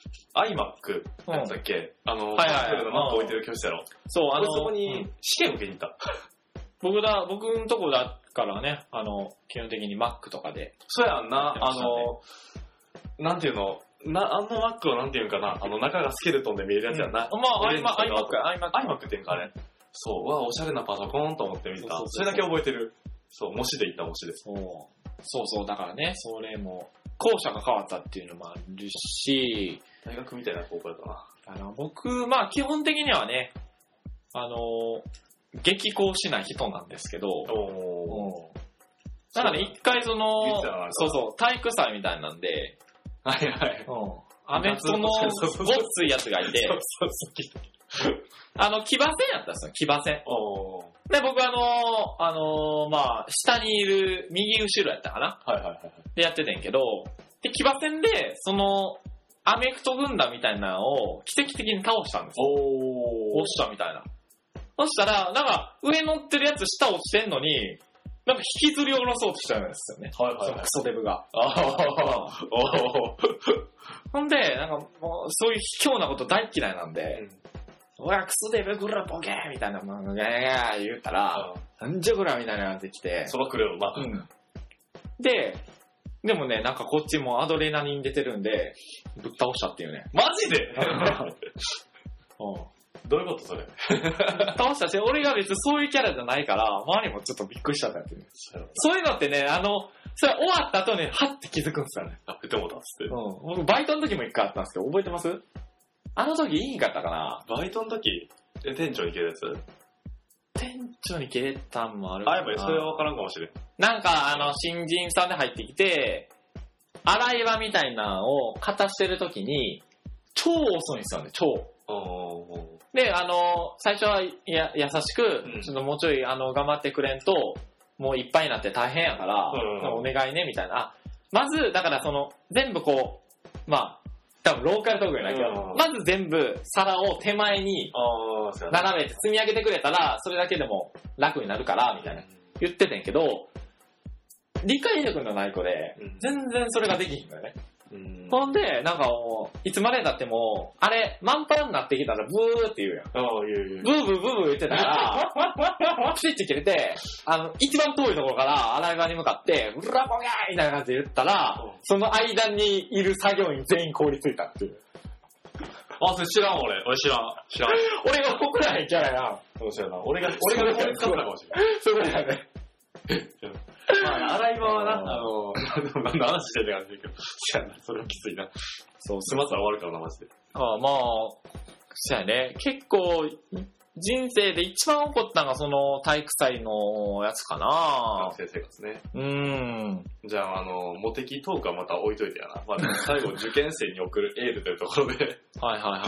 iMac やったっけ、うん、あの、 はいはいはい、 の Mac 置いてる教室やろ。 そう、あの、 そこに試験受けに行った。 僕だ、僕のとこだからね、あの、基本的に Mac とかで。 そうやんな、あの、なんていうの、な、あの Mac をなんていうんかな、あの中がスケルトンで見えるやつやんな。 うん、まあ、iMac、iMac、 iMac って言うんかあれ。そう、わ、おしゃれなパソコンと思って見た。そうそうそうそう、それだけ覚えてる。そう、模試で行った模試で。 そう。そうそう、だからね、それも、校舎が変わったっていうのもあるし、 大学みたいな高校だったな。 あの、僕、まあ基本的にはね、あの、激高しない人なんですけど、おー。だからね、一回その、そうそう、体育祭みたいなんで、 はいはい。 うん。アメフトのごっついやつがいて、そうそうそう。あの、騎馬戦やったんですよ、騎馬戦。おで、僕あの、あのー、まあ、下にいる右後ろやったかな。 はいはいはい。 でやっててんけど、で、騎馬戦で、その、アメフト軍団みたいなのを奇跡的に倒したんですよ。おー。落ちたみたいな。そしたら、なんか、上乗ってるやつ下落ちてんのに、なんか引きずり下ろそうとしたんですよね。はいはい、はい。そのクソデブが。ああ。ほんで、なんかもう、そういう卑怯なこと大嫌いなんで、うん、おや、クソデブグラボケーみたいな、まあ、ガヤガヤ言うたら、うん、なんじゃこらみたいなのができて。 そばくれよ、まあ。うん。 で、でもね、なんかこっちもアドレナリン出てるんで、ぶっ倒したっていうね。 マジでうん。 どういうことそれ倒したし、俺が別にそういうキャラじゃないから、周りもちょっとびっくりしちゃったっていう。そういうのってね、あの、それ終わった後に、はって気づくんですよね。 あ、って思ったっつって。 うん。僕、バイトの時も一回あったんですけど、覚えてます？あの時いいんかったかな？ バイトの時え、店長に切れるやつ？ 店長に切れたんもあるかな。あ、やっぱりそれは分からんかもしれん。 なんか、あの、新人さんで入ってきて、洗い場みたいなのを片してる時に、超遅いんですよね、超。で、あの、最初はや優しく、うん、ちょっともうちょい、あの、頑張ってくれんと、もういっぱいになって大変やから、うん、お願いね、みたいな。まず、だからその、全部こう、まあ、多分ローカルトークやないけど、うん、まず全部皿を手前に並べて積み上げてくれたら、それだけでも楽になるから、みたいな言っててんけど、理解力のない子で、全然それができひんのよね。うん、ほんで、なんかもう、いつまでだっても、あれ、満帆になってきたらブーって言うやん。ああ、言う言う。ブーブーブーブー言ってたら、スイッチ切れて、あの、一番遠いところから洗い場に向かって、ブラボギャーみたいな感じで言ったら、うん、その間にいる作業員全員凍りついたっていう。 あ、それ知らん俺。俺知らん。知らん。 俺が怒らないキャラやな。 そうしような。俺が、俺が凍りつかったかもしれない。 そうだよね。 まあ、洗い場はな、あの、何の話してるかんじだけど、そやな、それはきついな。そう、済ませたら終わるからな、マジで。 ああ、まあ、そやね。結構、人生で一番起こったのがその体育祭のやつかな。 学生生活ね。 うーん。 じゃあ、あの、モテキトークはまた置いといてやな。まあ、最後、受験生に送るエールというところで。 はいはいはい。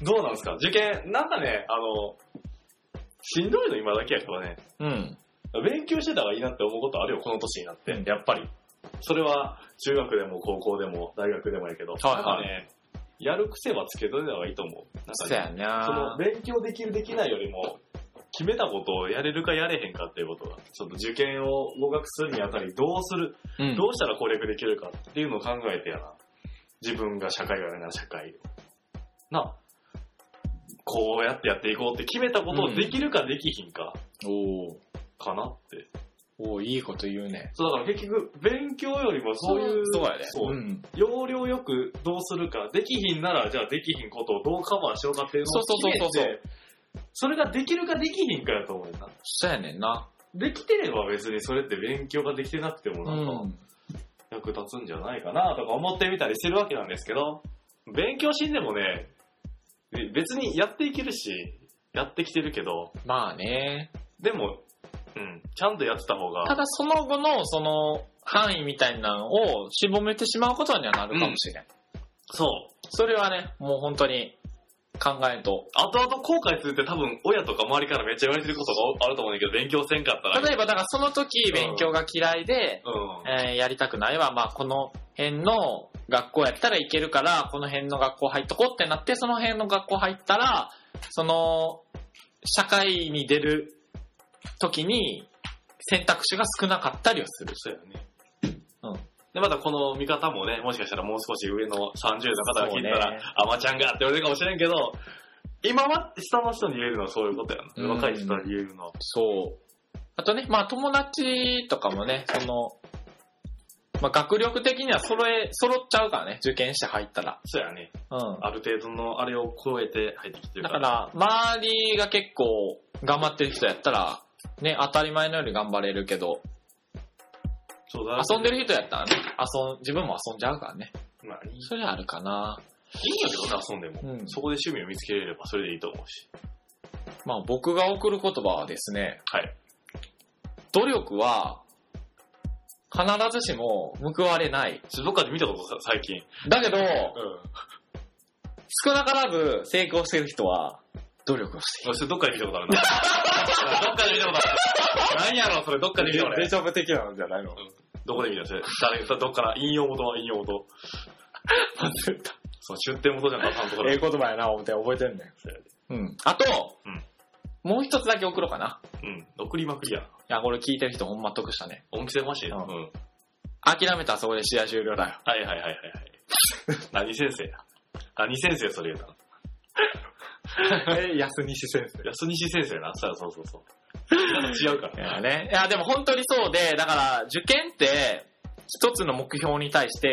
どうなんですか受験、なんかね、あの、しんどいの今だけやからね。 うん。 勉強してた方がいいなって思うことあるよ、この年になって。うん、やっぱり。それは、中学でも高校でも大学でもいいけど。はいはい。なんかね、やる癖はつけといた方がいいと思う。なんかね、 そうやな。 その、勉強できるできないよりも、決めたことをやれるかやれへんかっていうことが、ちょっと受験を合格するにあたりどうする、うん、どうしたら攻略できるかっていうのを考えてやな。自分が社会がやるなら社会を。な、こうやってやっていこうって決めたことをできるかできひんか。 うん、おー。 かなって。 おー、いいこと言うね。 そう、だから結局、勉強よりもそういう、 そうやね。 そう。うん、要領よくどうするか、できひんなら、じゃあできひんことをどうカバーしようかっていうのを決めて、そうそうそうそう。それができるかできひんかやと思うよな。 そうやねんな。 できてれば別にそれって勉強ができてなくてもなんか、役立つんじゃないかなとか思ってみたりしてるわけなんですけど、勉強しんでもね、別にやっていけるし、やってきてるけど、 まあね。 でも、うん、ちゃんとやってた方が。 ただその後の、その、範囲みたいなのを絞めてしまうことにはなるかもしれない。うん、 そう。 それはね、もう本当に考えんと。 後々後悔するって多分、親とか周りからめっちゃ言われてることがあると思うんだけど、勉強せんかったら。 例えば、だからその時、勉強が嫌いで、うんえー、やりたくないわ。まあ、この辺の学校やったらいけるから、この辺の学校入っとこうってなって、その辺の学校入ったら、その、社会に出る時に選択肢が少なかったりはする。 そうやね。 うん。 で、またこの見方もね、もしかしたらもう少し上のさんじゅうの方が聞いたら、ね、あまちゃんがって言われるかもしれんけど、今は下の人に言えるのはそういうことやな。うん、若い人に言えるのは。 そう。あとね、まあ友達とかもね、その、まあ学力的には揃え、揃っちゃうからね、受験して入ったら。 そうやね。 うん。 ある程度のあれを超えて入ってきてるから。 だから、周りが結構頑張ってる人やったら、ね、当たり前のように頑張れるけど、 そうだ、ね、 遊んでる人やったらね、遊ん、自分も遊んじゃうからね。 まあいい。 それあるかな。 いいんやけどね、遊んでも、うん。そこで趣味を見つけれればそれでいいと思うし。 まあ僕が送る言葉はですね、 はい。 努力は、必ずしも報われない。 どっかで見たことさ、最近。 だけど、うん、少なからず成功してる人は、努力をしている。 それどっかで見たことあるんだ。どっかで見たことある。何やろ、それどっかで見たことある。 デジャブ的なんじゃないの、うん、 どこで見たそれ誰、どっから、引用元は引用元。 忘れた。 そう、出典元じゃんか、担当から。 ええ言葉やな、思って覚えてんねん。うん。あと、うん、もう一つだけ送ろうかな。 うん。送りまくりやな。 いや、これ聞いてる人ほんま得したね。 恩着せましいな。うん。 諦めたらそこで試合終了だよ。 はいはいはいはい。何先生や。何先生それ言うたのえ、安西先生。 安西先生な。そうそうそうそう。なんか違うから。 いやね。いや、でも本当にそうで、だから受験って一つの目標に対して、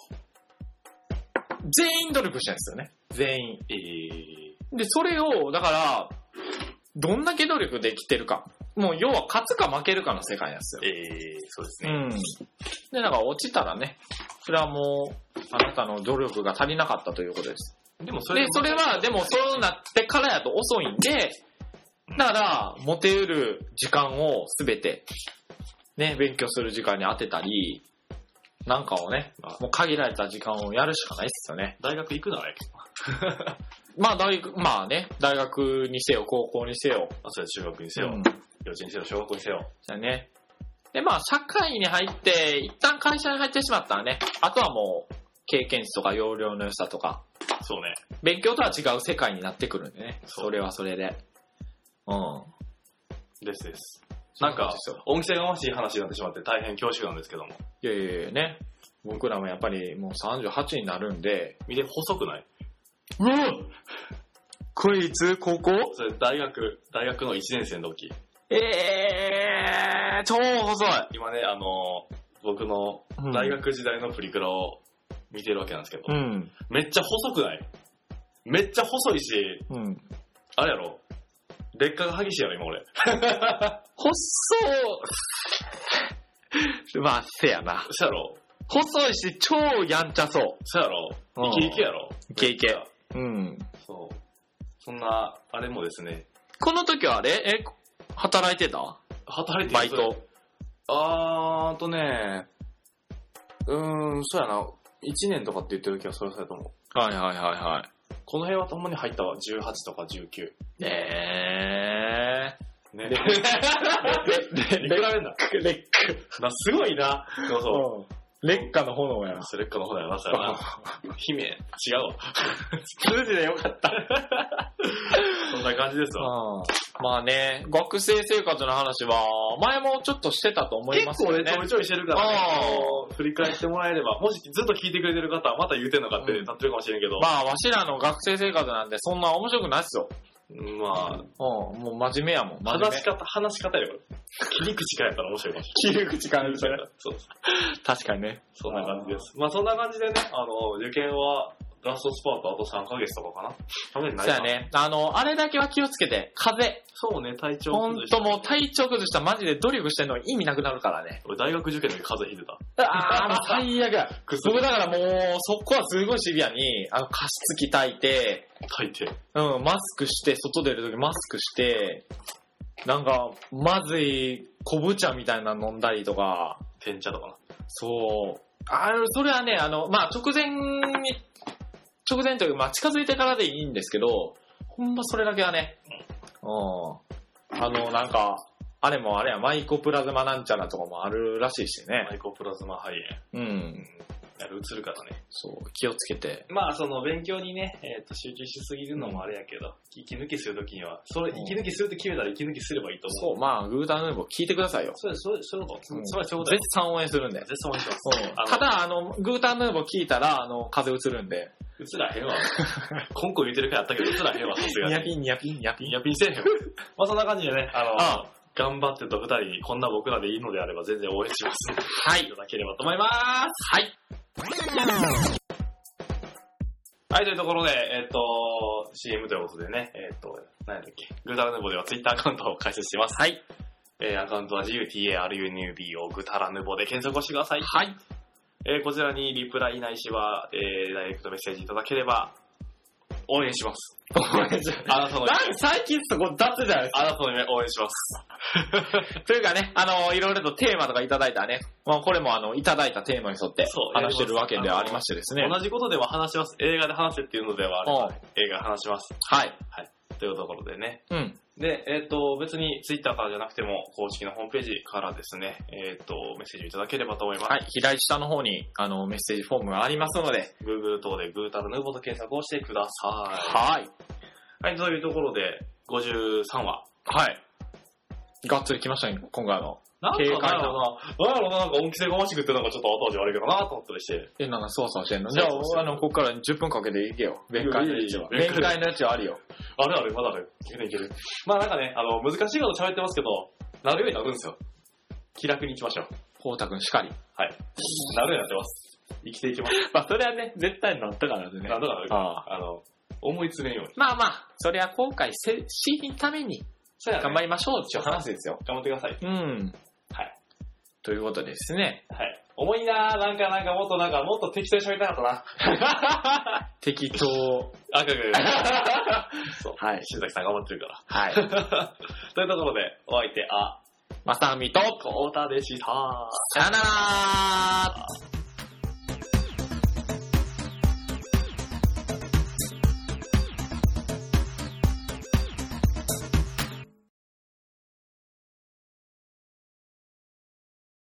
全員努力してるんですよね。全員。えー、で、それを、だから、どんだけ努力できてるか。もう要は勝つか負けるかの世界なんですよ。 えー、そうですね。 うん。で、だから落ちたらね、それはもう、あなたの努力が足りなかったということです。 でもそれで、 それは、でもそうなってからやと遅いんで、だから、持てうる時間をすべて、ね、勉強する時間に当てたり、なんかをね、もう限られた時間をやるしかないっすよね。 大学行くならやけど。 まあ大学、まあね、大学にせよ、高校にせよ。 あ、そうや、中学にせよ、うん、幼稚園にせよ、小学校にせよ。 そうやね。で、まあ、社会に入って、一旦会社に入ってしまったらね、あとはもう、経験値とか要領の良さとか。 そうね。 勉強とは違う世界になってくるんでね。そ, それはそれで。うん。 ですです。なんか、恩着せがましい話になってしまって大変恐縮なんですけども。 いやいやいやね。僕らもやっぱりもうさんじゅうはちになるんで。 見て細くない？ うわこいつ、高校？ それ大学、大学のいちねん生の時。 えー、超細い。 今ね、あの、僕の大学時代のプリクラを見てるわけなんですけど。うん。めっちゃ細くない？めっちゃ細いし、うん。あれやろ？劣化が激しいやろ、今俺。 細ー。まあ、せやな。 せやろ。 細いし、超やんちゃそう。 せやろ。イケイケやろ。 イケイケ。うん。 そう。そんな、あれもですね。 この時はあれえ、働いてた？ 働いてた。 バイト。 あーとね、うーん、そうやな。いちねんとかって言ってる時はそれそうやと思う。 はいはいはいはい。 この辺はたまに入ったわ。じゅうはちとかじゅうきゅう。 えー。ね。 レック。レック。な、すごいな。そうそう。 劣化の炎やな。 劣化の炎やな、それな。姫、違うわ。 数字でよかった。 そんな感じですわ。 まあね、学生生活の話は、前もちょっとしてたと思いますよね。 結構ね、ちょいちょいしてるから、ね、振り返ってもらえれば、もしずっと聞いてくれてる方はまた言うてんのかってなってるかもしれんけど。 まあ、わしらの学生生活なんでそんな面白くないっすよ。 まあ、 うん、もう真面目やもん。 話し方、話し方よ。切り口からやったら面白いかもしれない。 切り口からやったら。 そうです。 確かにね。 そんな感じです。まあそんな感じでね、あの、受験は、ラストスパートあとさんかげつとかかな。ためにないかな。 そうやね。あの、あれだけは気をつけて。風邪。 そうね、体調崩した。ほんともう体調崩したらマジで努力してんの意味なくなるからね。 俺大学受験の時風邪ひいてた。 あー、もう最悪や。僕だからもう、そこはすごいシビアに、あの、加湿器炊いて、 炊いて。 うん、マスクして、外出る時マスクして、なんか、まずい昆布茶みたいなの飲んだりとか。 天茶とかな。 そう。あれ、それはね、あの、まあ、直前に、直前というか、まあ、近づいてからでいいんですけど、ほんまそれだけはね、うん。あの、なんか、あれもあれや、マイコプラズマなんちゃらとかもあるらしいしね。 マイコプラズマ肺炎。うん。 やる、映るからね。 そう、気をつけて。 まあ、その勉強にね、えっ、ー、と、集中しすぎるのもあれやけど、息抜きするときには、それ、息抜きするって決めたら息抜きすればいいと思う。 そう、まあ、グータンヌーボー聞いてくださいよ。 そうです、そうです、そういうこと。 うん、 それはちょうど。 絶賛応援するんで。 絶賛応援します。 ただ、あの、グータンヌーボー聞いたら、あの、風邪移るんで。 映らへんわ。コンコン言ってる回あったけど、映らへんわ、さすがに。 ニャピン、ニャピン、ニャピン。 ニャピンせえへんわ。まあ、そんな感じでね、あの、ああ頑張ってと二人にこんな僕らでいいのであれば全然応援します。 はい。 いただければと思います。 はい。 はい、というところで、えっ、ー、と、シーエム ということでね、えっ、ー、と、何だっけ、グータラヌボではツイッターアカウントを開設してます。 はい。 えー、アカウントは ジーユーティーエーアールユーエヌビー をグタラヌボで検索をしてください。 はい。 えー、こちらにリプライないしは、えー、ダイレクトメッセージいただければ、応援します。 応援します。あなたの最近そこ雑じゃないですか。 あなたの夢応援します。 というかね、あの、いろいろとテーマとかいただいたらね、まあこれもあの、いただいたテーマに沿って話してるわけではありましてですね。 同じことでは話します。映画で話せっていうのではあれば、映画で話します。 はい。 はい。というところでね。 うん。 で、えっ、ー、と、別にツイッターからじゃなくても、公式のホームページからですね、えっ、ー、と、メッセージをいただければと思います。 はい。左下の方に、あの、メッセージフォームがありますので、 Google 等でグータルヌーボーと検索をしてください。はい。 はい、というところで、ごじゅうさんわ。 はい。がっつり来ましたね、今回の。 なんかなんだろうな、なんだろうな、なんか音気性がましくってなんかちょっと後味悪いけどなと思ったりして。 え、なんかそわそわしてんの？じゃあ、あの、ここからじゅっぷんかけていけよ。弁解のやつは。弁解のやつはあるよ。 あるある、まだある。いけるいける。まあなんかね、あの、難しいこと喋ってますけど、なるようになるんですよ。気楽に行きましょう。 ほうたくんしかり。 はい。なるようになってます。生きていきます。 まあ、それはね、絶対なったからね。 なったからね。ああ。あの、思い詰めんように。 まあまあ、それは後悔しひんために、頑張りましょうっていう話ですよ。 頑張ってください。 うん。 はい。 ということですね。 はい。重いなぁ、なんかなんかもっとなんかもっと適当に喋りたかったな。 適当。 あ、かく。そう。 はい。 新崎さん頑張ってるから。 はい。 というところで、お相手、あ、 まさみと、 こうたでした。 さよならー。